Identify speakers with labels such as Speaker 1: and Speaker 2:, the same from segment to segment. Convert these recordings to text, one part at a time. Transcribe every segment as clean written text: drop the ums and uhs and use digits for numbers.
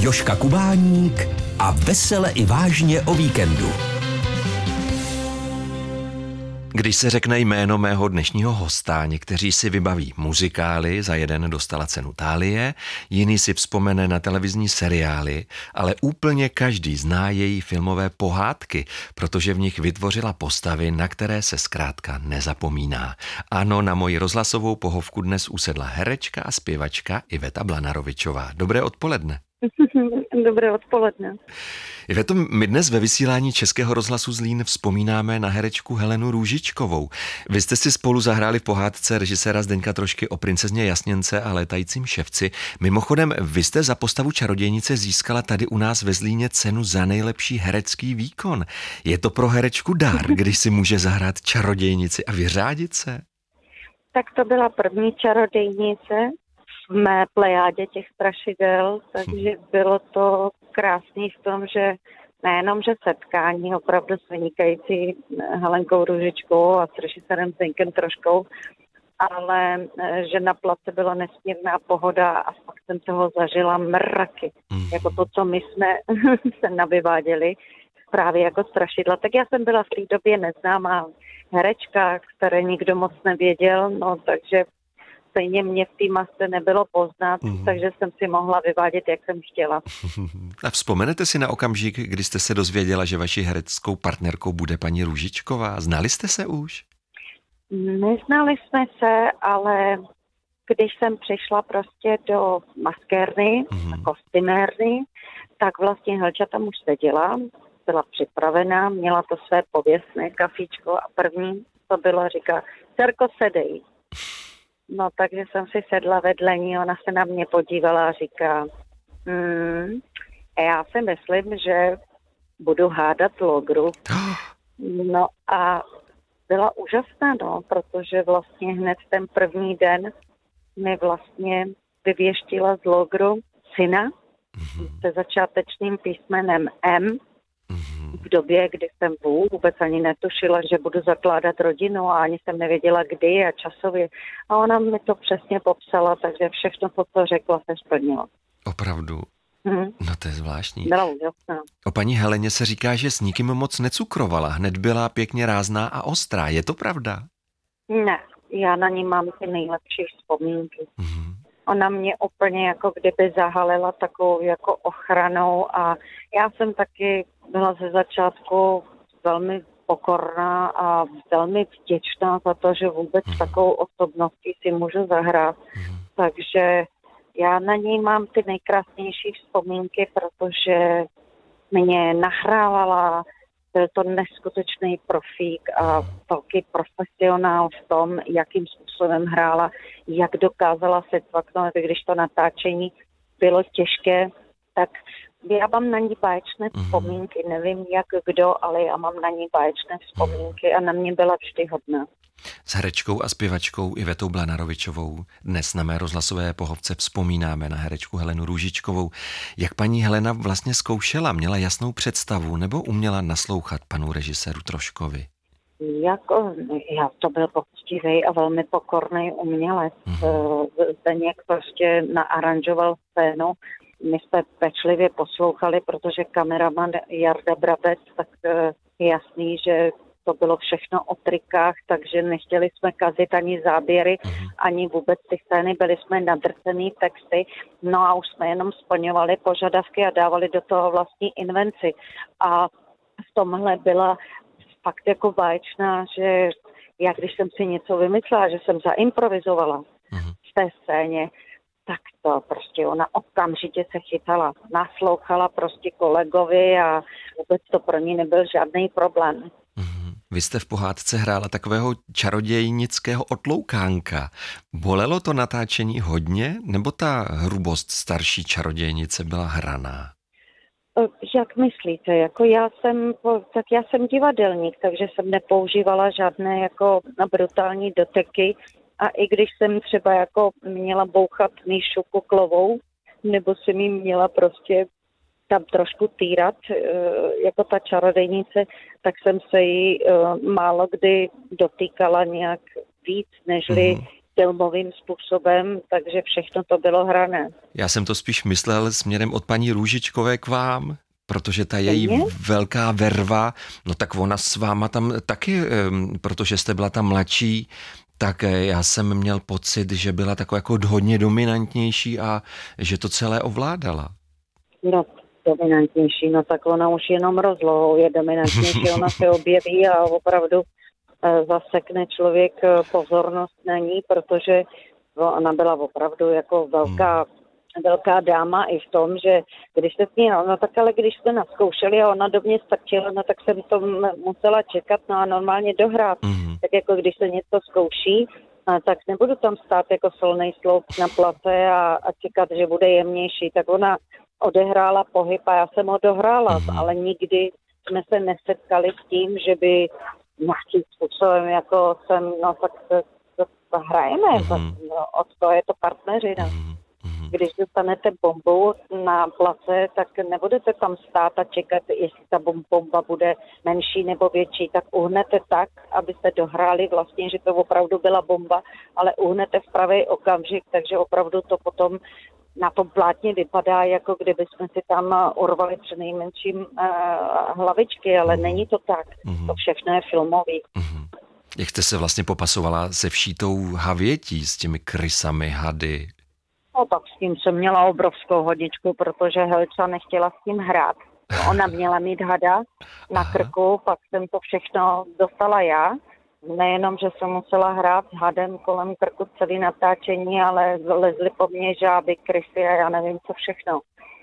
Speaker 1: Jožka Kubáník a vesele i vážně o víkendu.
Speaker 2: Když se řekne jméno mého dnešního hosta, někteří si vybaví muzikály, za jeden dostala cenu Thálie, jiný si vzpomene na televizní seriály, ale úplně každý zná její filmové pohádky, protože v nich vytvořila postavy, na které se zkrátka nezapomíná. Ano, na moji rozhlasovou pohovku dnes usedla herečka a zpěvačka Iveta Blanarovičová. Dobré odpoledne.
Speaker 3: Dobré odpoledne.
Speaker 2: Iveto, my dnes ve vysílání Českého rozhlasu Zlín vzpomínáme na herečku Helenu Růžičkovou. Vy jste si spolu zahráli v pohádce režiséra Zdeňka Trošky o princezně Jasněnce a létajícím ševci. Mimochodem, vy jste za postavu čarodějnice získala tady u nás ve Zlíně cenu za nejlepší herecký výkon. Je to pro herečku dár, když si může zahrát čarodějnici a vyřádit se?
Speaker 3: Tak to byla první čarodějnice v mé plejádě těch strašidel, takže bylo to krásný v tom, že nejenom, že setkání opravdu s vynikající Helenkou Růžičkou a s režisérem Zdeňkem Troškou, ale že na place byla nesmírná pohoda a fakt jsem toho zažila mraky. Jako to, co my jsme se navyváděli právě jako strašidla. Tak já jsem byla v té době neznámá herečka, které nikdo moc nevěděl, no takže stejně mě v té masce nebylo poznat, takže jsem si mohla vyvádět, jak jsem chtěla.
Speaker 2: A vzpomenete si na okamžik, kdy jste se dozvěděla, že vaší hereckou partnerkou bude paní Růžičková? Znali jste se už?
Speaker 3: Neznali jsme se, ale když jsem přišla prostě do maskérny, kostymérny, tak vlastně Helča tam už seděla, byla připravená, měla to své pověstné kafíčko a první to bylo, říká, dcerko, sedej. No, takže jsem si sedla vedle ní, ona se na mě podívala a říká, já si myslím, že budu hádat Logru. No a byla úžasná, no, protože vlastně hned ten první den mi vlastně vyvěštila z Logru syna se začátečným písmenem M, v době, kdy jsem vůbec ani netušila, že budu zakládat rodinu a ani jsem nevěděla, kdy a časově. A ona mi to přesně popsala, takže všechno, co řekla, se splnilo.
Speaker 2: Opravdu? No to je zvláštní.
Speaker 3: Byla úžasná.
Speaker 2: O paní Heleně se říká, že s nikým moc necukrovala. Hned byla pěkně rázná a ostrá. Je to pravda?
Speaker 3: Ne, já na ní mám ty nejlepší vzpomínky. Ona mě úplně jako kdyby zahalila takovou jako ochranou a já jsem taky byla ze začátku velmi pokorná a velmi vděčná za to, že vůbec takovou osobností si můžu zahrát. Takže já na ní mám ty nejkrásnější vzpomínky, protože mě nahrávala, byl to neskutečný profík a velký profesionál v tom, jakým způsobem hrála, jak dokázala se cvaknout, když to natáčení bylo těžké, tak já mám na ní báječné vzpomínky, nevím jak kdo, ale já mám na ní báječné vzpomínky a na mě byla vždy hodná.
Speaker 2: S herečkou a zpěvačkou Ivetou Blanarovičovou dnes na mé rozhlasové pohovce vzpomínáme na herečku Helenu Růžičkovou. Jak paní Helena vlastně zkoušela? Měla jasnou představu nebo uměla naslouchat panu režiséru Troškovi?
Speaker 3: To byl poctivý a velmi pokorný umělec. Zdeněk prostě naaranžoval scénu. My jsme pečlivě poslouchali, protože kameraman Jarda Brabec, tak je jasný, že to bylo všechno o trikách, takže nechtěli jsme kazit ani záběry, ani vůbec ty scény, byli jsme nadrcený texty, no a už jsme jenom splňovali požadavky a dávali do toho vlastní invenci. A v tomhle byla fakt jako báječná, že já když jsem si něco vymyslela, že jsem zaimprovizovala v té scéně, tak to prostě ona okamžitě se chytala, naslouchala prostě kolegovi a vůbec to pro ní nebyl žádný problém.
Speaker 2: Vy jste v pohádce hrála takového čarodějnického otloukánka. Bolelo to natáčení hodně, nebo ta hrubost starší čarodějnice byla hraná?
Speaker 3: Jak myslíte? Já jsem divadelník, takže jsem nepoužívala žádné jako brutální doteky a i když jsem třeba jako měla bouchat Míšu Kuklovou, nebo jsem jí měla prostě tam trošku týrat, jako ta čarodějnice, tak jsem se jí málo kdy dotýkala nějak víc, nežli filmovým způsobem, takže všechno to bylo hrané.
Speaker 2: Já jsem to spíš myslel směrem od paní Růžičkové k vám, protože ta její velká verva, no tak ona s váma tam taky, protože jste byla tam mladší, tak já jsem měl pocit, že byla taková jako hodně dominantnější a že to celé ovládala.
Speaker 3: No, dominantnější, no tak ona už jenom rozlohou je dominantnější, ona se objeví a opravdu zasekne člověk pozornost na ní, protože ona byla opravdu jako velká dáma i v tom, že když se s ní, no tak ale když jsme naskoušeli a ona do mě strčila, no tak jsem to musela čekat, no a normálně dohrát. Tak jako když se něco zkouší, tak nebudu tam stát jako solnej sloup na place a čekat, že bude jemnější, tak ona odehrála pohyb a já jsem ho dohrála, ale nikdy jsme se nesetkali s tím, že by nějakým způsobem jako jsem, no tak to hrajeme, od toho je to partneřina. Když dostanete bombu na place, tak nebudete tam stát a čekat, jestli ta bomba bude menší nebo větší, tak uhnete tak, abyste dohráli vlastně, že to opravdu byla bomba, ale uhnete v pravý okamžik, takže opravdu to potom na tom plátně vypadá, jako kdyby jsme si tam urvali přinejmenším hlavičky, ale není to tak. To všechno je filmový.
Speaker 2: Jak jste se vlastně popasovala se vší tou havětí, s těmi krysami, hady?
Speaker 3: No tak s tím jsem měla obrovskou hodičku, protože Helča nechtěla s tím hrát. Ona měla mít hada na krku, pak jsem to všechno dostala já. Nejenom, že jsem musela hrát s hadem kolem krku celý natáčení, ale lezly po mně žáby, krysy a já nevím co všechno.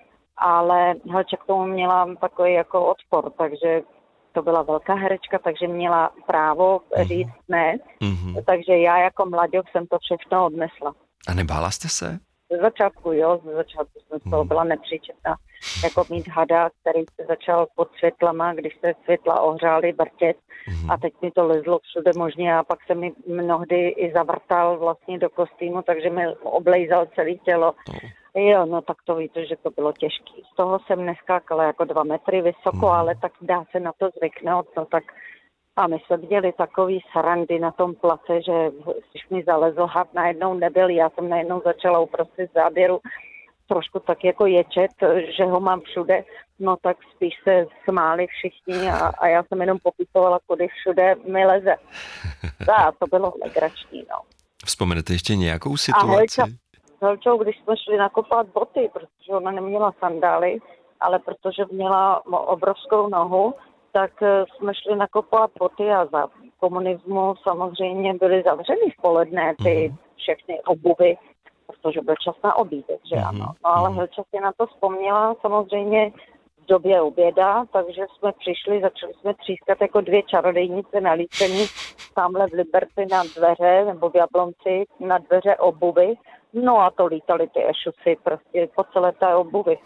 Speaker 3: Ale Helča k tomu měla takový jako odpor, takže to byla velká herečka, takže měla právo říct ne. Takže já jako mladěk jsem to všechno odnesla.
Speaker 2: A nebála jste se?
Speaker 3: Ze začátku jsem z toho byla nepříčetná. Jako mít hada, který se začal pod světlama, když se světla ohřály vrtět a teď mi to lezlo všude možně a pak se mi mnohdy i zavrtal vlastně do kostýmu, takže mi oblejzal celé tělo. Jo, no tak to víte, že to bylo těžké. Z toho jsem neskákala jako 2 metry vysoko, ale tak dá se na to zvyknout, no tak. A my jsme viděli takový srandy na tom place, že když mi zalezl had, najednou nebyl, já jsem najednou začala uprostřed záběru trošku tak jako ječet, že ho mám všude, no tak spíš se smáli všichni a já jsem jenom popisovala, kudy všude mi leze. A to bylo legrační, no.
Speaker 2: Vzpomenete ještě nějakou situaci?
Speaker 3: A Helčou, když jsme šli nakopát boty, protože ona neměla sandály, ale protože měla obrovskou nohu, tak jsme šli nakopovat boty a za komunismu samozřejmě byly zavřeny v poledne ty všechny obuvy, protože byl čas na obídek, že ano. No ale Helča si na to vzpomněla samozřejmě v době oběda, takže jsme přišli, začali jsme třískat jako 2 čarodějnice nalíčení tamhle v Liberci na dveře, nebo v Jablonci na dveře obuvy. No a to lítaly ty ešusy prostě po celé té obuvy.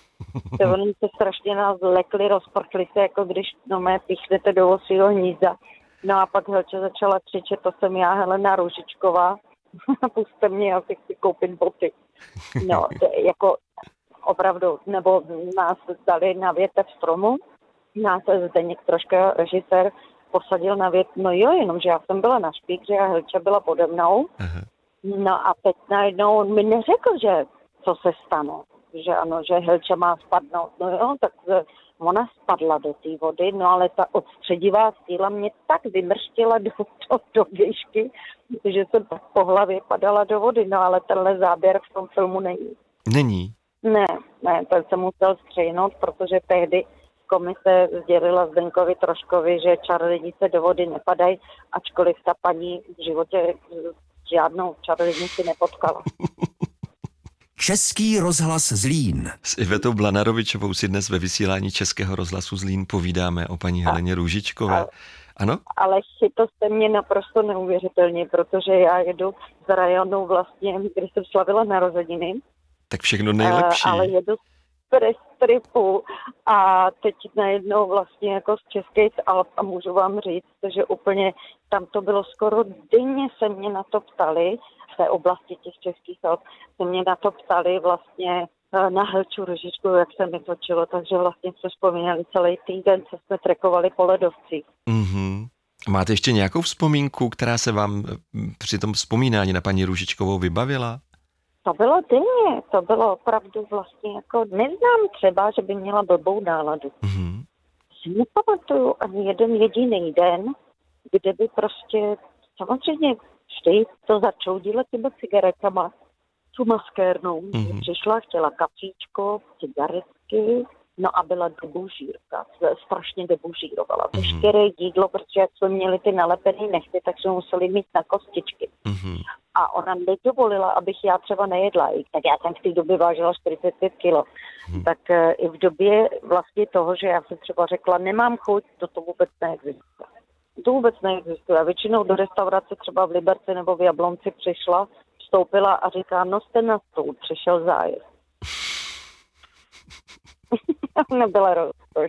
Speaker 3: Oni se strašně nás lekli, rozprchli se, jako když mé píchnete do osího hnízda. No a pak Helča začala křičet, to jsem já, Helena Růžičková, pusťte mě, já si chci koupit boty. No, jako opravdu, nebo nás dali na větev stromu, nás Zdeněk Troška, režisér, posadil na no jo, jenomže já jsem byla na špíkře a Helča byla pode mnou. No a teď najednou on mi neřekl, že co se stane. Že ano, že Helča má spadnout. No jo, tak ona spadla do té vody, no ale ta odstředivá síla mě tak vymrštila do výšky, že jsem tak po hlavě padala do vody, no ale tenhle záběr v tom filmu není.
Speaker 2: Není?
Speaker 3: Ne, ten jsem musel střejnout, protože tehdy komise sdělila Zdeňkovi Troškovi, že čarodějnice do vody nepadají, ačkoliv ta paní v životě žádnou čarodějnici nepotkala.
Speaker 1: Český rozhlas Zlín.
Speaker 2: S Ivetou Blanarovičovou si dnes ve vysílání Českého rozhlasu Zlín povídáme o paní Heleně Růžičkové. Ano?
Speaker 3: Ale chytl jste mě naprosto neuvěřitelně, protože já jedu z rajonu vlastně, kde jsem slavila narozeniny.
Speaker 2: Tak všechno nejlepší.
Speaker 3: Ale jedu z tripu a teď najednou vlastně jako z Českých Alp a můžu vám říct, že úplně tam to bylo skoro denně se mě na to ptali, v té oblasti těch Českých Alp se mě na to ptali vlastně na Helču Růžičku, jak se mi točilo, takže vlastně jsme vzpomínali celý týden, co jsme trekovali po ledovcích.
Speaker 2: Máte ještě nějakou vzpomínku, která se vám při tom vzpomínání na paní Růžičkovou vybavila?
Speaker 3: To bylo denně, to bylo opravdu vlastně jako, neznám třeba, že by měla blbou náladu.
Speaker 2: Mm-hmm.
Speaker 3: Si nepamatuju ani jeden jediný den, kde by prostě, samozřejmě vždy to začalo dělat těma cigaretama, tu maskérnou. Mm-hmm. Přišla, chtěla kafíčko, cigaretky, no a byla debužírka, strašně debužírovala. Veškeré jídlo, protože jak jsme měli ty nalepený nechty, tak jsme museli mít na kostičky. Mm-hmm. A ona nedovolila, abych já třeba nejedla. Tak já jsem v té době vážila 45 kilo. Tak i v době vlastně toho, že já jsem třeba řekla, nemám chuť, to vůbec neexistuje. To vůbec neexistuje. A většinou do restaurace třeba v Liberci nebo v Jablonci přišla, vstoupila a říká, no jste na stůl, přišel zájezd. Nebyla rozkoš.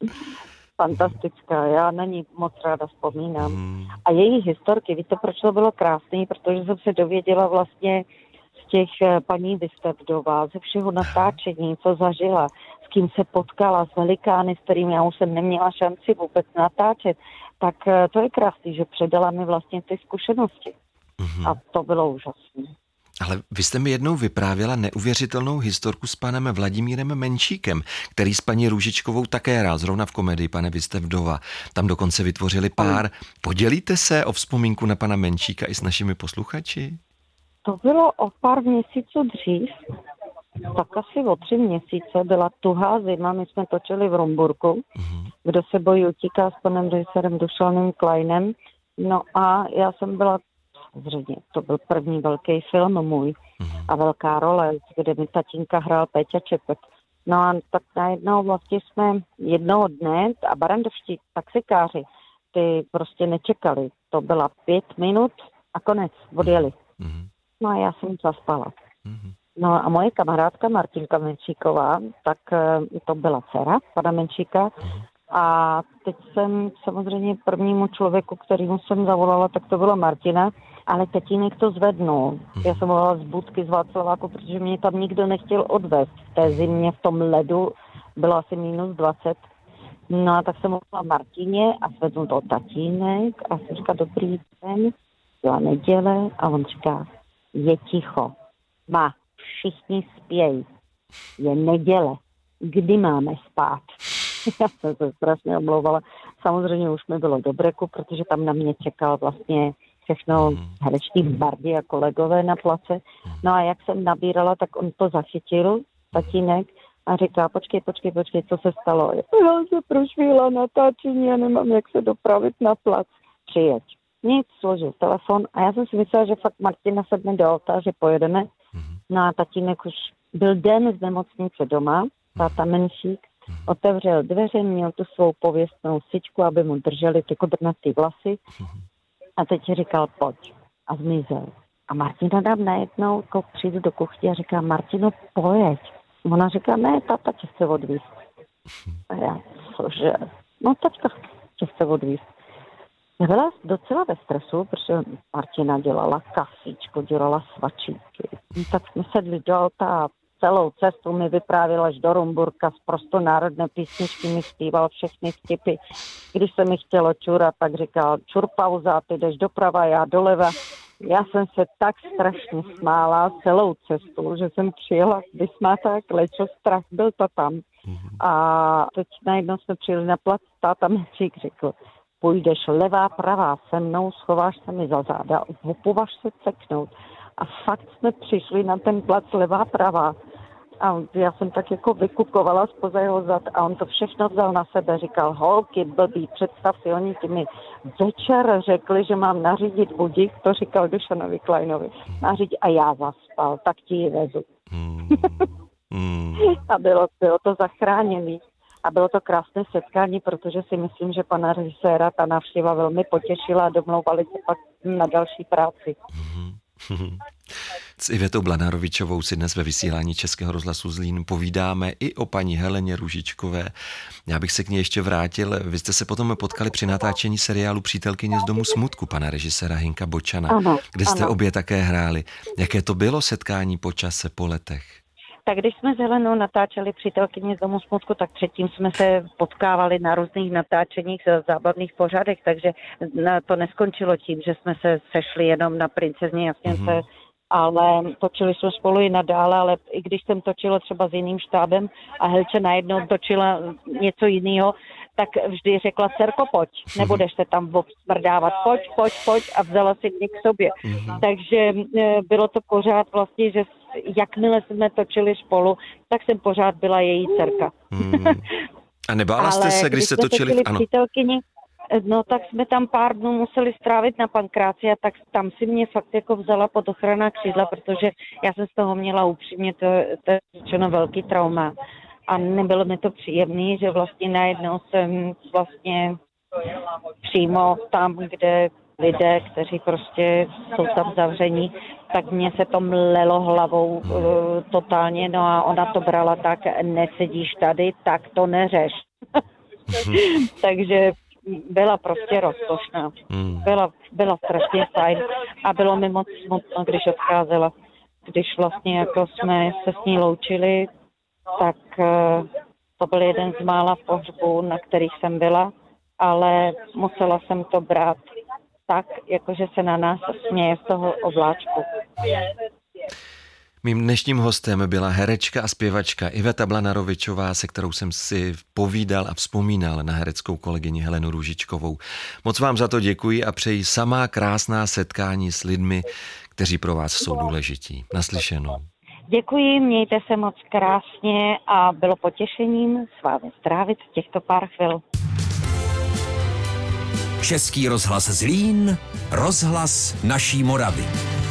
Speaker 3: Fantastická, já na ní moc ráda vzpomínám. A její historky, víte, proč to bylo krásný? Protože jsem se dověděla vlastně z těch paní Vystevdová, ze všeho natáčení, co zažila, s kým se potkala, s velikány, s kterým já už jsem neměla šanci vůbec natáčet, tak to je krásný, že předala mi vlastně ty zkušenosti. A to bylo úžasné.
Speaker 2: Ale vy jste mi jednou vyprávěla neuvěřitelnou historku s panem Vladimírem Menšíkem, který s paní Růžičkovou také hrál, zrovna v komedii Pane vy jste vdova. Tam dokonce vytvořili pár. Podělíte se o vzpomínku na pana Menšíka i s našimi posluchači?
Speaker 3: To bylo o pár měsíců dřív, tak asi o 3 měsíce, byla tuhá zima, my jsme točili v Rumburku, Kdo se bojí utíká s panem režisérem Dušanem Kleinem, no a já jsem byla zřejmě, to byl první velký film můj a velká role, kde mi tatínka hrál Péťa Čepek. No a tak najednou vlastně jsme jednoho dne a barandovští taxikáři, ty prostě nečekali. To byla 5 minut a konec, odjeli. No a já jsem zaspala. No a moje kamarádka Martinka Menšíková, tak to byla dcera pana Menšíka. A teď jsem samozřejmě prvnímu člověku, kterýmu jsem zavolala, tak to byla Martina, ale tatínek to zvednul. Já jsem volala z budky z Václaváku, protože mě tam nikdo nechtěl odvést. V té zimě v tom ledu bylo asi -20. No a tak jsem volala Martině a zvednul to tatínek a jsem říkala, dobrý den, byla neděle a on říká, je ticho, má, všichni spějí, je neděle, kdy máme spát? Já jsem se strašně omlouvala. Samozřejmě už mi bylo dobreku, protože tam na mě čekal vlastně všechno herečtí bardi a kolegové na place. No a jak jsem nabírala, tak on to zachytil, tatínek, a říká, počkej, co se stalo? Já se prošvihla natáčení a nemám jak se dopravit na plac. Přijeď. Nic, složil telefon a já jsem si myslela, že fakt Martina sedne do auta, že pojedeme. No a tatínek už byl den z nemocnice doma, táta Menšík, otevřel dveře, měl tu svou pověstnou syčku, aby mu drželi ty kodrnatý vlasy a teď říkal, pojď. A zmizel. A Martina nám najednou přijdu do kuchyně a říká, Martino, pojeď. Ona říká, ne, táta tě chce odvízt. A já, cože? No, tačka tě chce odvízt. Já byla docela ve stresu, protože Martina dělala kafíčko, dělala svačíky. Tak jsme sedli do auta a celou cestu mi vyprávěla až do Rumburka, z prostonárodné písničky mi zpíval všechny vtipy. Když se mi chtělo čurat, tak říkal, čur pauza, ty jdeš doprava, já doleva. Já jsem se tak strašně smála celou cestu, že jsem přijela vysmátá klečo, strach byl to tam. A teď najednou jsme přijeli na plac, táta Menšík řekl, půjdeš levá, pravá se mnou, schováš se mi za záda, opovaž se ceknout. A fakt jsme přišli na ten plac levá, pravá. A já jsem tak jako vykukovala spoza jeho zad a on to všechno vzal na sebe. Říkal, holky, blbý, představ si, oni ti mi večer řekli, že mám nařídit budík, to říkal Dušanovi Kleinovi. Nařídit a já zaspal, tak ti ji vezu. A bylo to zachráněný. A bylo to krásné setkání, protože si myslím, že pana režiséra ta návštěva velmi potěšila a domlouvali se pak na další práci.
Speaker 2: S Ivetou Blanárovičovou si dnes ve vysílání Českého rozhlasu Zlín povídáme i o paní Heleně Růžičkové. Já bych se k ní ještě vrátil. Vy jste se potom potkali při natáčení seriálu Přítelkyně z domu smutku pana režiséra Hinka Bočana, kde jste obě také hráli. Jaké to bylo setkání po čase, po letech?
Speaker 3: Tak když jsme s Helenou natáčeli Přítelkyně z domu smutku, tak předtím jsme se potkávali na různých natáčeních zábavných pořadech, takže to neskončilo tím, že jsme se sešli jenom na Princezně Jasněnce, ale točili jsme spolu i nadále, ale i když jsem točila třeba s jiným štábem a Helče najednou točila něco jiného, tak vždy řekla: Cerko, pojď, nebudeš se tam obsmrdávat, pojď a vzala si mě k sobě. Takže bylo to pořád vlastně, že jakmile jsme točili spolu, tak jsem pořád byla její dcerka.
Speaker 2: A nebála jste se, když se točili? Ano.
Speaker 3: Přítelkyni, no tak jsme tam pár dnů museli strávit na Pankráci a tak tam si mě fakt jako vzala pod ochranná křídla, protože já jsem z toho měla upřímně, to je řečeno velký trauma. A nebylo mi to příjemný, že vlastně najednou jsem vlastně přímo tam, kde lidé, kteří prostě jsou tam zavření, tak mně se to mlelo hlavou totálně, no a ona to brala tak: nesedíš tady, tak to neřeš. Takže byla prostě rozkošná. Byla strašně fajn a bylo mi moc smutno, když odcházela. Když vlastně jako jsme se s ní loučili, tak to byl jeden z mála pohřbů, na kterých jsem byla, ale musela jsem to brát tak, jakože se na nás směje z toho obláčku.
Speaker 2: Mým dnešním hostem byla herečka a zpěvačka Iveta Blanarovičová, se kterou jsem si povídal a vzpomínal na hereckou kolegyni Helenu Růžičkovou. Moc vám za to děkuji a přeji samá krásná setkání s lidmi, kteří pro vás jsou důležití. Naslyšenou.
Speaker 3: Děkuji, mějte se moc krásně a bylo potěšením s vámi strávit těchto pár chvil.
Speaker 1: Český rozhlas Zlín, rozhlas naší Moravy.